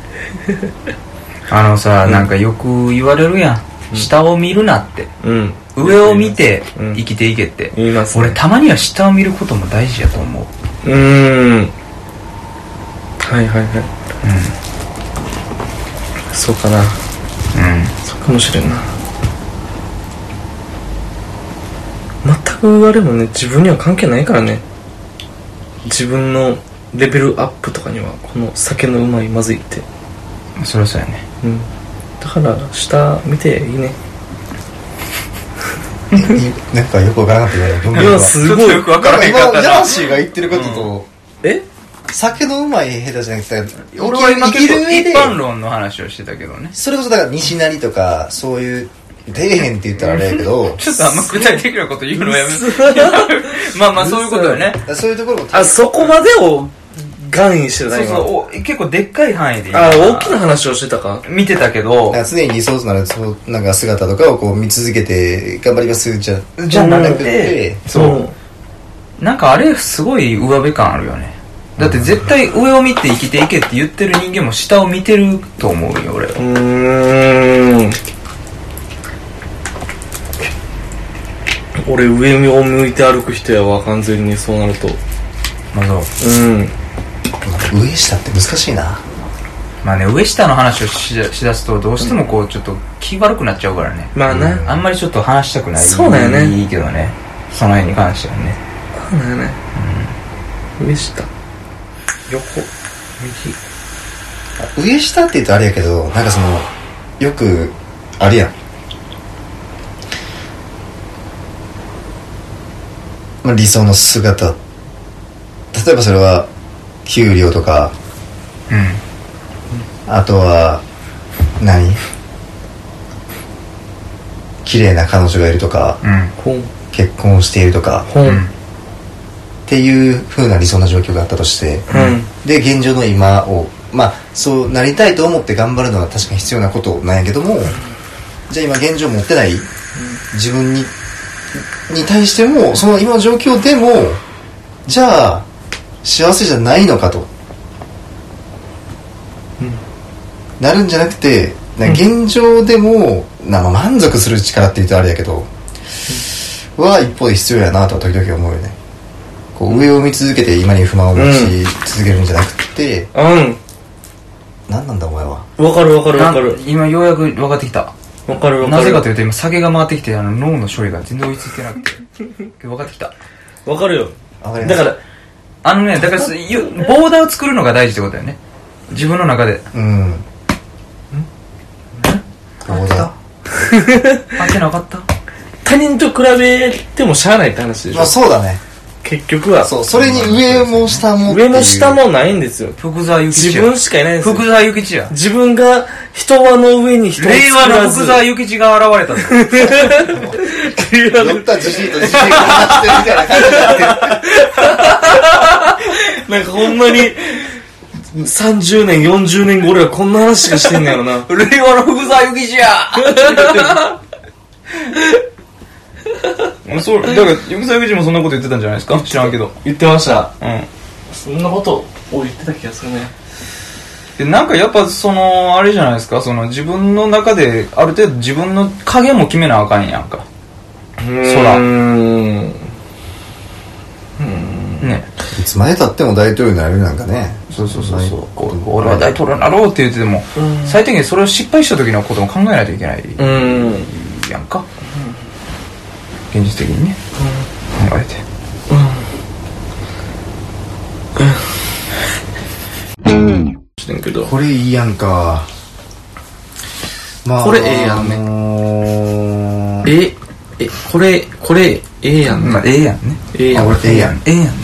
あのさ、うん、なんかよく言われるやん、うん、下を見るなって、 うん、 上を見て生きていけって、 うん、言いますね。 俺たまには下を見ることも大事やと思う。 うーんはいはいはい、うん、そうかな。うんそうかもしれんな。全くあれもね自分には関係ないからね。自分のレベルアップとかにはこの酒のうまいまずいってそりゃそうやね。 うんだから下見ていいね。 なんかよくわからなくていやすごいよくわからないかったな。 今ヤンシーが言ってることと、 うん、え酒のうまい下手じゃなくて俺は今結構一般論の話をしてたけどね。 それこそだから西成とかそういう底辺って言ったらあれやけどちょっとあんま具体的なこと言うのやめまあまあそういうことよね。 そういうところもあそこまでをガンしてない。 そうそう結構でっかい範囲であ大きな話をしてたか見てたけど常に理想となるそうなんか姿とかをこう見続けて頑張りますじゃじゃなくてそうなんかあれすごい上辺感あるよね。だって絶対上を見て生きていけって言ってる人間も下を見てると思うよ俺は。 うーん俺上を向いて歩く人やわ完全にそうなるとまあそううん上下って難しいな。 まあね上下の話を し, しだすとどうしてもこうちょっと気悪くなっちゃうからね。 まあね、 うん、あんまりちょっと話したくない。 そうだよね。 いいけどねその辺に関してはね。 そうだよね、うん、上下横右上下って言うとあれやけどなんかそのよくあれやん、まあ、理想の姿例えばそれは給料とか、 うん、 あとは何綺麗な彼女がいるとか、 うん、 結婚しているとか、 うん、 っていう風な理想な状況があったとして、 うん、 で現状の今をまあそうなりたいと思って頑張るのは確かに必要なことなんやけども、じゃあ今現状持ってない自分にに対してもその今の状況でもじゃあ幸せじゃないのかと、うん、なるんじゃなくて現状でも、うん、なまあ満足する力って言うとあれやけど、うん、は一方で必要やなとは時々思うよね。こう上を見続けて今に不満を持ち続けるんじゃなくて、 うん、 何なんだお前は。 わかるわかるわかる。 今ようやく分かってきた。 わかるわかる。 なぜかというと今酒が回ってきてあの脳の処理が全然追いついてなくて分かってきた。 わかるよ。 わかります。 だからあのねだからボーダーを作るのが大事ってことだよね。自分の中で。 うん。ん？ボーダー。 合ってなかった？ 他人と比べてもしゃあないって話でしょ。 まあそうだね。 結局は。 そう、それに上も下も。 上も下もないんですよ。 福沢諭吉。 自分しかいないんですよ。 福沢諭吉や。 自分が人輪の上に人を作らず。 令和の福沢諭吉が現れたぞ。 酔った自信と自信が話してるみたいな感じになってる。 なんかほんまにさんじゅうねんよんじゅうねんご俺はこんな話しかしてんねやろな。 令和の福沢諭吉や。そうだから福沢諭吉もそんなこと言ってたんじゃないですか。知らんけど言ってました。 うん。 そんなことを言ってた気がするね。 でなんかやっぱそのあれじゃないですか。その自分の中である程度自分の影も決めなあかんやんか。 うーん。 ね。 いつまでたっても大統領になれるなんかね。 そうそうそうそう。俺は大統領になろうって言ってても、最低限それを失敗した時のことも考えないといけないやんか。現実的にね。考えて。うん。してんけど。 これいいやんか。 まあこれええやんね。 あのー、 ええこれこれええやんね。 まあええやんね。 ええやん。 俺ええやん。 ええやんね。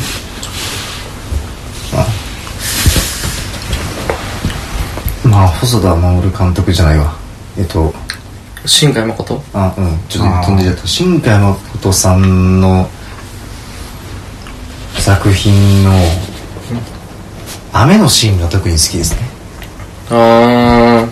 まあ細田守監督じゃないわ。えっと新海誠。 あうんちょっと飛んでちゃった。新海誠さんの作品の雨のシーンが特に好きですね。 ああ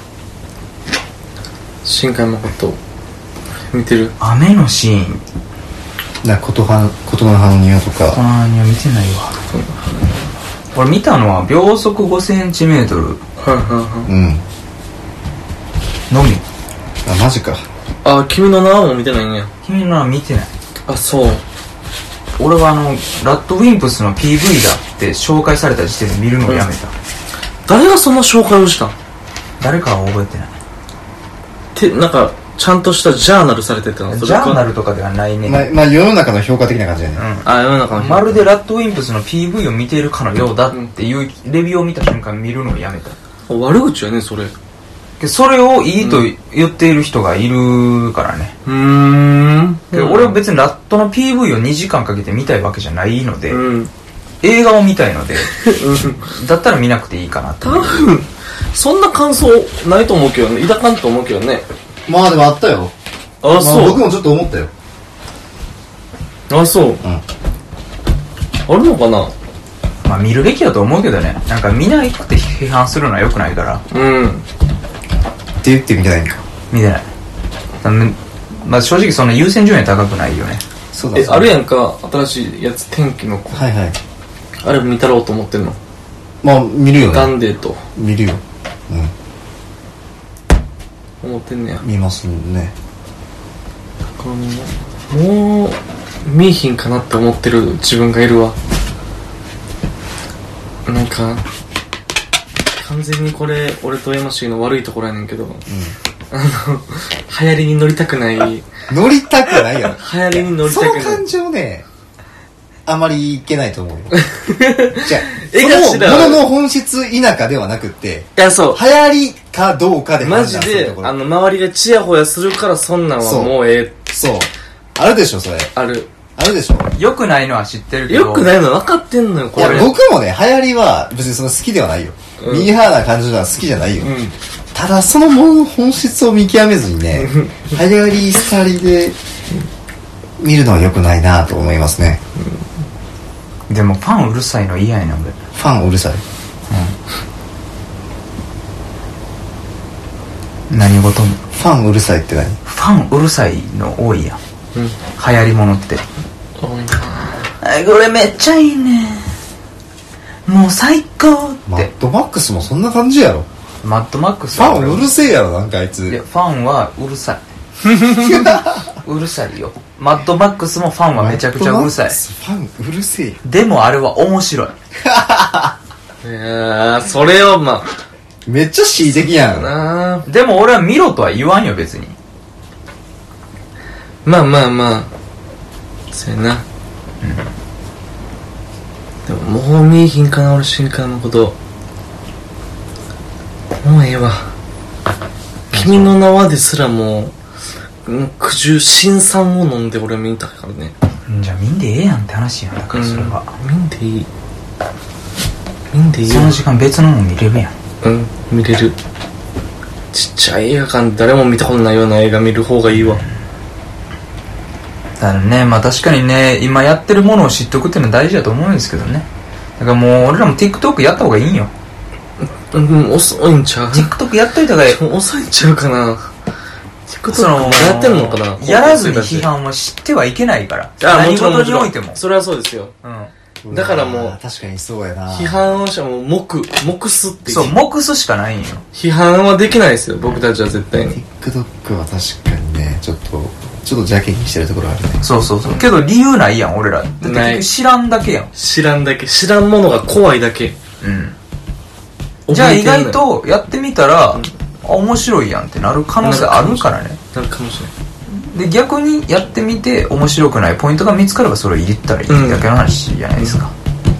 新海誠見てる。 雨のシーンだことはことの葉の庭とか。 ああいや見てないわ。俺見たのは秒速ごセンチメートルうんのみ。 あマジか。 あ君の名はも見てないんや。 君の名は見てない。 あそう。 俺はあのラッドウィンプスの ピーブイ だって紹介された時点で見るのをやめた、うん、 誰がそんな紹介をしたん。 誰かは覚えてないってなんかちゃんとしたジャーナルされてたの。 ジャーナルとかではないね。 まあ、まあ、世の中の評価的な感じだね、うん、 あ世の中の評価。 まるでラッドウィンプスの ピーブイ を見ているかのようだっていうレビューを見た瞬間見るのをやめた。 悪口やねそれ。 それをいいと言っている人がいるからね。 うーん。 で俺は別にラットの ピーブイ をにじかんかけて見たいわけじゃないので、 うん、 映画を見たいのでだったら見なくていいかなって。 多分そんな感想ないと思うけどね。抱かんと思うけどね。 まあでもあったよ。 あ、そう、 まあ、僕もちょっと思ったよ。 あそう、うん、あるのかな。 まあ見るべきだと思うけどね。なんか見なくて批判するのは良くないから。 うんって言って見てないんか。 見てない。まあ正直そんな優先順位は高くないよね。 そうだ。 えあるやんか新しいやつ天気の子。 はいはい。 あれ見たろうと思ってるの。 まあ見るよね。 ガンデーと見るよ。 うん思ってんねや。 見ますね。 もう見えひんかなって思ってる自分がいるわ。なんか完全にこれ俺と エムシー の悪いところやねんけど、うん、あの流行りに乗りたくない。 乗りたくないよ。 流行りに乗りたくない。 その感情ねあまりいけないと思うよ。じゃあそのものの本質田舎ではなくって、 いやそう流行りかどうかで判断するところ。マジであの周りがチヤホヤするからそんなんはもうええ。 そうあるでしょそれ。 あるあるでしょ。 良くないのは知ってるけど。 良くないの分かってんのよこれ。 いや僕もね流行りは別にその好きではないよ、うん、ミーハーな感じのは好きじゃないよ、うん、ただそのものの本質を見極めずにね流行り廃りで見るのは良くないなと思いますね、 うん、でもファンうるさいの嫌やねん俺。 ファンうるさい、 うん、何事もファンうるさいって何。 ファンうるさいの多いやん、うん、流行り物って多いな。 これめっちゃいいねもう最高って。 マッドマックスもそんな感じやろ。 マッドマックスファンうるせえやろなんかあいつ。 いやファンはうるさいうるさいよ。マッドマックスもファンはめちゃくちゃうるさい。 ファンうるせえ。 でもあれは面白い。 いやそれをまあめっちゃ恣意的やんな。 でも俺は見ろとは言わんよ別に。 まあまあまあそうやな、うん、でももう見えひんかな俺新刊のこと。もうええわ。君の名はですらもう苦渋辛酸を飲んで俺見たからね。 じゃあ見んでええやんって話やん。だからそれは、 うん、見んでいい見んでいいよ。 その時間別のもん見れるやん。 うん見れる。ちっちゃい映画館で誰も見たことないような映画見る方がいいわ。 だからね、まあ確かにね、今やってるものを知っておくっていうのは大事だと思うんですけどね。だからもう俺らも TikTok やった方がいいんよ。 うん、遅いんちゃう？ TikTok やっといた方がいい。 遅いんちゃうかな。TikTok もやってんのかな。 やらずに批判は知ってはいけないから。 あ、 何もちろん事においても。 それはそうですよ。うん。だからもう確かにそうやな。 批判をしても黙黙すってそう黙すしかないんよ。 批判はできないですよ僕たちは絶対に。 TikTok は確かにねちょっとちょっと邪気にしてるところあるね。 そうそうそう、うん、けど理由ないやん俺ら。だって結局知らんだけやん。 知らんだけ知らんものが怖いだけ。 うん。じゃあ意外とやってみたら、うん、あ面白いやんってなる可能性あるからね。 なるかもしれない。 で逆にやってみて面白くないポイントが見つかればそれを入れたらいいだけの話じゃないですか。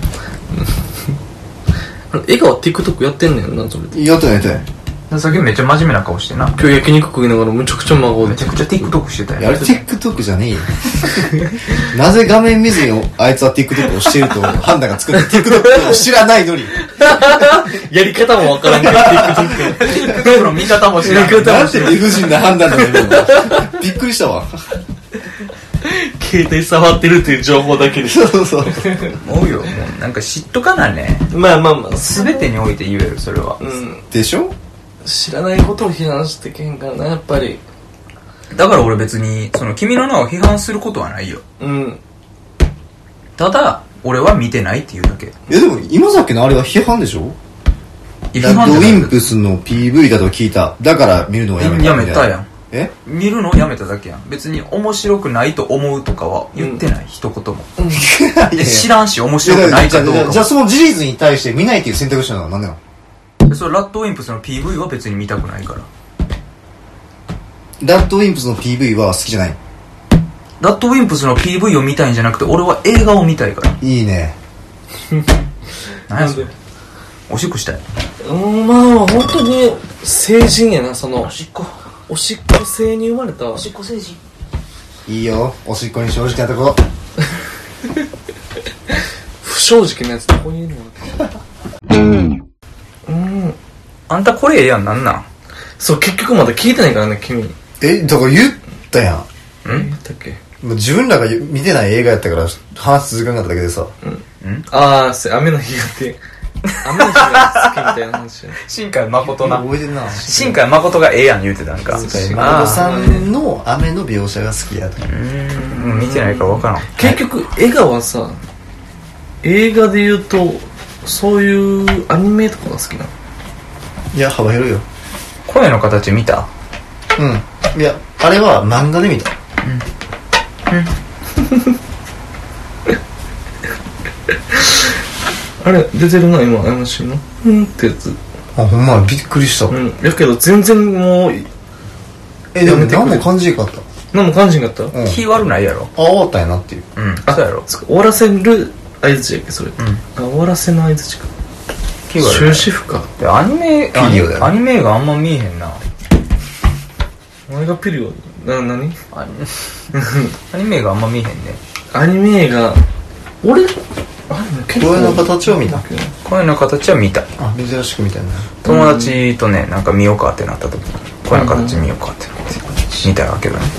うん、笑顔 TikTok やってんねんなそれで。 やってないやってない。 さっきめっちゃ真面目な顔してな。 今日焼肉食いながらむちゃくちゃ真顔でめちゃくちゃ TikTok してたよ。 あれ TikTok じゃねえよ。なぜ画面見ずにあいつは TikTok をしてると判断がつくの。 TikTok を知らないのにやり方もわからんけど TikTok の見方も知らん。 なんて理不尽な判断だね。びっくりしたわ。 携帯触ってるっていう情報だけで。 そうそうそう思うよ。もうなんか知っとかなね。 まあまあまあ全てにおいて言えるそれは、 うん、 でしょ。 知らないことを批判してけへんからなやっぱり。 だから俺別にその君の名を批判することはないよ。 うん。 ただ俺は見てないっていうだけ。 えでも今さっきのあれは批判でしょ。ラッドウィンプスの ピーブイ だと聞いた。だから見るのをやめた。 やめたやん。 え見るのをやめただけやん。別に面白くないと思うとかは言ってない、うん、一言も、うん、で知らんし面白くないかどうかも。 じゃあその事実に対して見ないっていう選択肢なのは何なの。 それラッドウィンプスの ピーブイ は別に見たくないから。 ラッドウィンプスの ピーブイ は好きじゃない。 ラッドウィンプスの ピーブイ を見たいんじゃなくて俺は映画を見たいから。 いいね。 何やそれ。おしっこしたい。 うんまあ本当に成人やなそのおしっこおしっこ星に生まれたおしっこ星人。 いいよおしっこに正直なところ。 不正直なやつどこにいるの。うんうんあんたこれええやんなんなん。 そう結局まだ聞いてないからね君。 えだから言ったやん。 うん言ったっけ。 もう自分らが見てない映画やったから話続かなかっただけでさ。 うん。ああ雨の日がって雨の日が好きみたいな話。 新海誠な。 覚えてんな。 新海誠がええやん言うてたんか。 誠さんの雨の描写が好きやと。 うん見てないから分からん。 結局映画はさ映画で言うとそういうアニメとかが好きなの。 いや幅広いよ。 声の形見た。 うんいやあれは漫画で見た。うん、うんあれ出てるな今 エムシー のうんってやつ。 あほんまびっくりした。 うんやけど全然もうえでも何も感じなかった。 何も感じなかった、 うん、気悪ないやろ。 あ終わったんやなっていう。 うんあそうやろ。 終わらせる合図やっけそれ、うん、あ終わらせの合図か。終止符か。 アニメアニメアニメがあんま見えへんな。 お前がピリオドな何アニアニメがあんま見えへんね。 アニメが俺声の形を見た。 声の形は見た。 あ珍しく見たね。 友達とねなんか見ようかってなった時声の形見ようかってなって見たわけだね。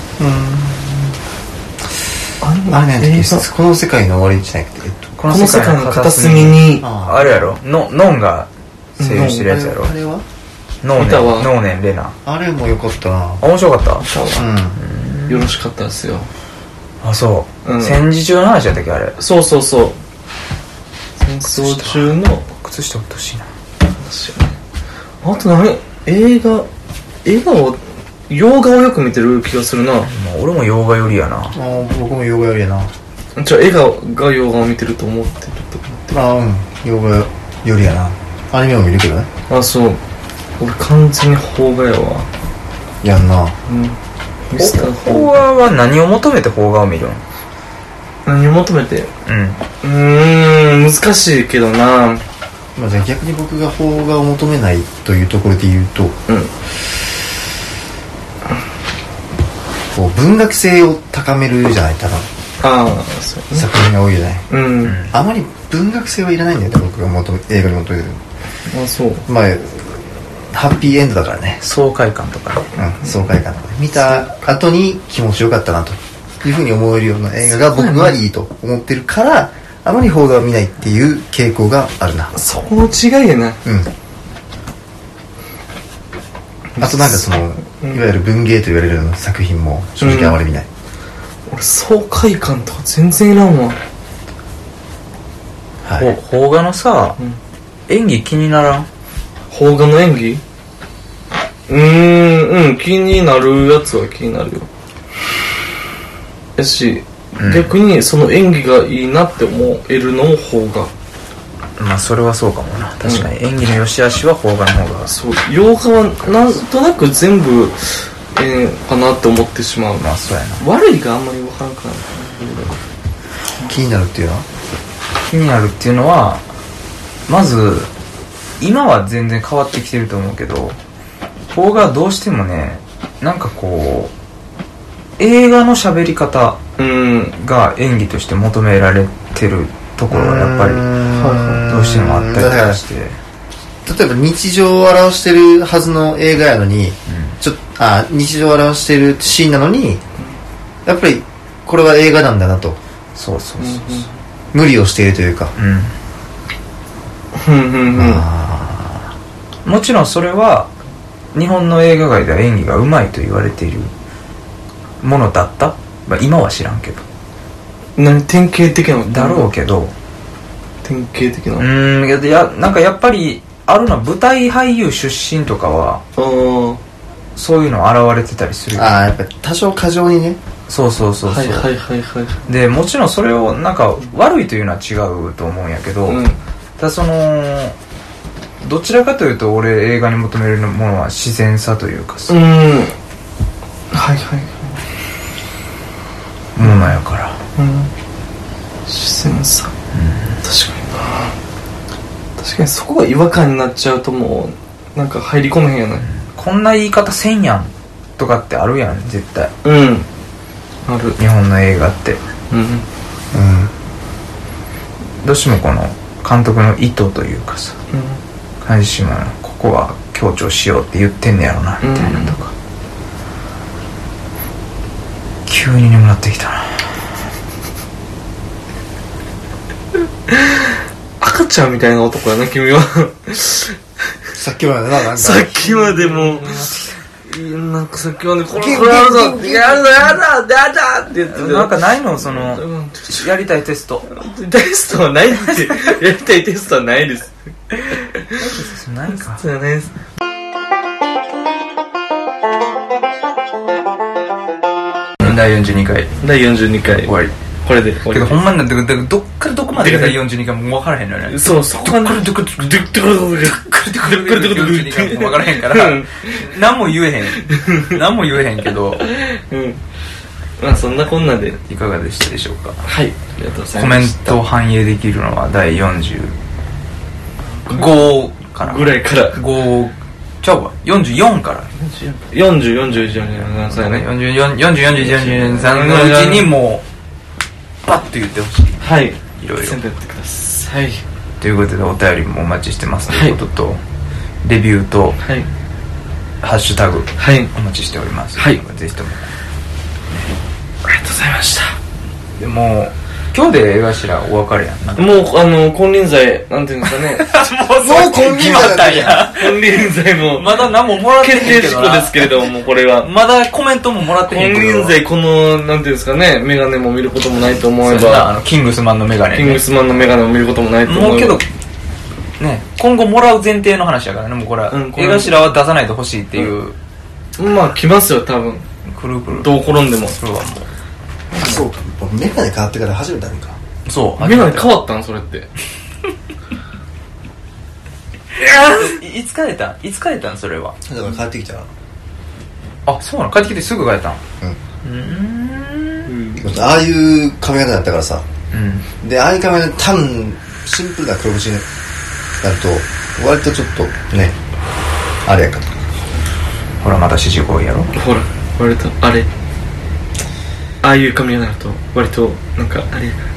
うんあれねこの世界の終わりじゃなくて、えっと、 この世界の片隅にあれやろのノンが声優してるやつやろ。 あれはノーネンノーネンレナ。 あれも良かったな。 面白かった。 うんよろしかったですよ。 あそう、うん、戦時中の話やったっけあれ。 そうそうそう戦争中の靴下落としいな話よね。あと何映画映画を洋画をよく見てる気がするな。 俺も洋画よりやな。 あ僕も洋画よりやな。 じゃあ映画が洋画を見てると思ってると思ってる。 あうん洋画よりやな。アニメも見るけどね。 あそう俺完全に邦画やわ。 やんな。 うんミスター邦画は何を求めて邦画を見るん？ 何を求めて。 うんうーん難しいけどな。 まあ、じゃあ逆に僕が邦画を求めないというところで言うと、 うんこう文学性を高めるじゃない多分ああそうね作品が多いじゃない、 うん、 あまり文学性はいらないんだよね僕が求め映画に求めてる。 あそうまあハッピーエンドだからね。 爽快感とかね、 うん、爽快感とかね見た後に気持ちよかったなというふうに思えるような映画が僕はいいと思ってるからあまり邦画を見ないっていう傾向があるな。 そこの違いやな。 うんあとなんかその、うん、いわゆる文芸と言われるような作品も正直あまり見ない、 うん、俺爽快感とか全然いらんわ。 はい、邦画のさ、うん、演技気にならん？ 邦画の演技うーんうん気になるやつは気になるよやし、うん、逆にその演技がいいなって思えるのも邦画。 まあそれはそうかもな。確かに演技の良し悪しは邦画の方が、 そう洋画はなんとなく全部ええかなって思ってしまう。 まあそうやな。 悪いがあんまり分からんくなる。 気になるっていうのは気になるっていうのはまず今は全然変わってきてると思うけど邦画はどうしてもねなんかこう映画の喋り方が演技として求められてるところがやっぱりどうしてもあったりとかして、 例えば日常を表してるはずの映画やのに、うん、ちょあ日常を表してるシーンなのにやっぱりこれは映画なんだなと。 そうそうそうそう、うん、 無理をしているというか、 うん、まあ、もちろんそれは日本の映画界では演技がうまいと言われているものだった、まあ、今は知らんけど何典型的なのだろうけど典型的なうーんいやなんかやっぱりあるのは舞台俳優出身とかはそういうの現れてたりする。 ああやっぱり多少過剰にね。 そうそうそうそう、 はいはいはいはいでもちろんそれをなんか悪いというのは違うと思うんやけど、うん、ただそのどちらかというと俺映画に求めるものは自然さというかさ、うんはいはいはいものやから、うん、 自然さ、うん、確かにな。確かにそこが違和感になっちゃうともうなんか入り込めへんやな、うん、 こんな言い方せんやんとかってあるやん絶対。 うんある日本の映画ってうん、うん、どうしてもこの監督の意図というかさ、うん、感じしまうここは強調しようって言ってんねやろなみたいなとか、うん、急に眠なってきたな赤ちゃんみたいな男やな君はさっきまでななんかさっきまでもなんかさっきまでこれこれあるぞやるぞやだやだって言ってた。 なんかないのそのやりたいテストテストはないってやりたいテストはないですないかテストはないです。 だいよんじゅうにかいだいよんじゅうにかい終わり。 これで終わり。 てかほんまになんてどっからどこまでがだいよんじゅうにかいも分からへんのよね。 そうそこからどっからどっからどっからどっからどっからどっからどっからどっから分からへんから何も言えへん何も言えへんけど、 うんまあそんなこんなでいかがでしたでしょうか。 はい、ありがとうございコメンました。 トを反映できるのはだいよんじゅうごからぐらいからごちゃうわよんじゅうよんからよんじゅう、よんじゅういち、よんじゅうに、そうやねよんじゅうよん、よんじゅう、よんじゅういち、よんじゅうさんのうちにもうパッと言ってほしい。 はい、 いろいろ宣伝やってください。 ということでお便りもお待ちしてますということと、はい、レビューと、はい、ハッシュタグ、はい、お待ちしております。はい、ぜひとも、ね、 ありがとうございました。 でも今日で江頭お別れやんな。 もうあの金輪際なんていうんですかねもう金輪際だや金輪際もまだ何ももらってへんけど決定事項ですけれどももうこれはまだコメントももらってへんけど金輪際このなんていうんですかねメガネも見ることもないと思えばあのキングスマンのメガネ、ね、 キングスマンのメガネも見ることもないと思えばもうけどね今後もらう前提の話やからねもうこれは、うん、江頭は出さないでほしいっていう、 うん、まあ来ますよ多分くるくるどう転んでもそれはもうそうかメガネ変わってから初めてあるかそうメガネ変わったんそれっていつ帰ったんいつ帰ったんそれは。 だから帰ってきたら、 あ、そうなの、帰ってきてすぐ帰ったん。 うんうんうん、ああいう髪型だったからさ、 うんでああいう髪型多分シンプルな黒縁になると割とちょっとねあれやんかと。 ほらまた指示語やろ。 ほら割とあれああいう髪型になると割となんかあれやから。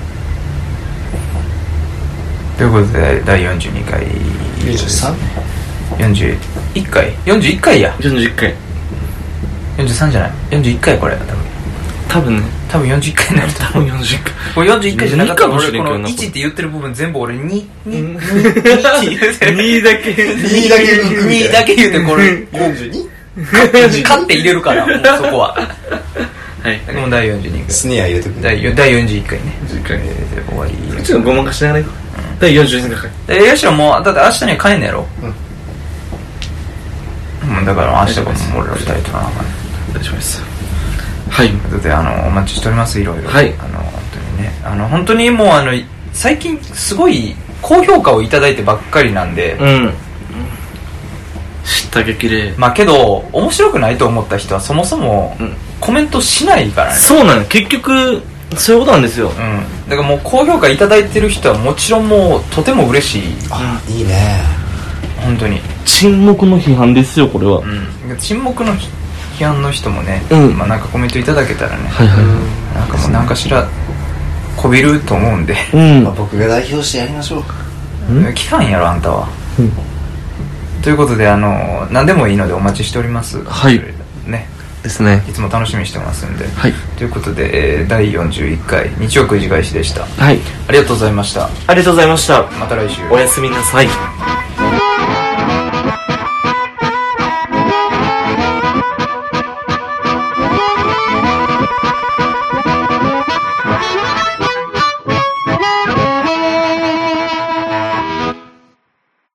ということでだいよんじゅうにかいよんじゅうさんよんじゅういっかいよんじゅういっかいやよんじゅういっかいよんじゅうさんじゃないよんじゅういっかいこれ多分多分ね多分よんじゅういっかいになる多分よんじゅういっかいこれよんじゅういっかいじゃなかったらにかもし俺このれんけどないちって言ってる部分全部俺にににににだけにだけにだけ言うてこれよんじゅうにカって入れるからもうそこははいもうだいよんじゅうにかいスネア入れてくる。 第よんじゅういっかいねよんじゅういっかいえー終わりちょっとごまかしながらだいよんじゅうにかいえー、よしろもうだって明日には帰んねやろ。うん、だから明日からもう俺ら二人となあかんね。 お願いします。はい。 ということであのお待ちしておりますいろいろ。 はい。 あの本当にねあの本当にもうあの最近すごい高評価をいただいてばっかりなんで。 うん。知った激励。 まあけど面白くないと思った人はそもそもコメントしないからね。 そうなの結局そういうことなんですよ。 うん。だからもう高評価いただいてる人はもちろんもうとても嬉しい。 あ、いいね。 本当に。 沈黙の批判ですよこれは。 うん。沈黙の批判の人もね、 うん、 まあなんかコメントいただけたらね、 はいはい、 なんかもう何かしらこびると思うんで、 うんまあ、僕が代表してやりましょう。 聞かんやろあんたは。 うん、 ということであの何でもいいのでお待ちしております。 はいね。 ですね。 いつも楽しみにしてますんで。 はい。 ということで、えー、だいよんじゅういっかい日曜くじ返しでした。 はい。 ありがとうございました。 ありがとうございました。 また来週。 おやすみなさい。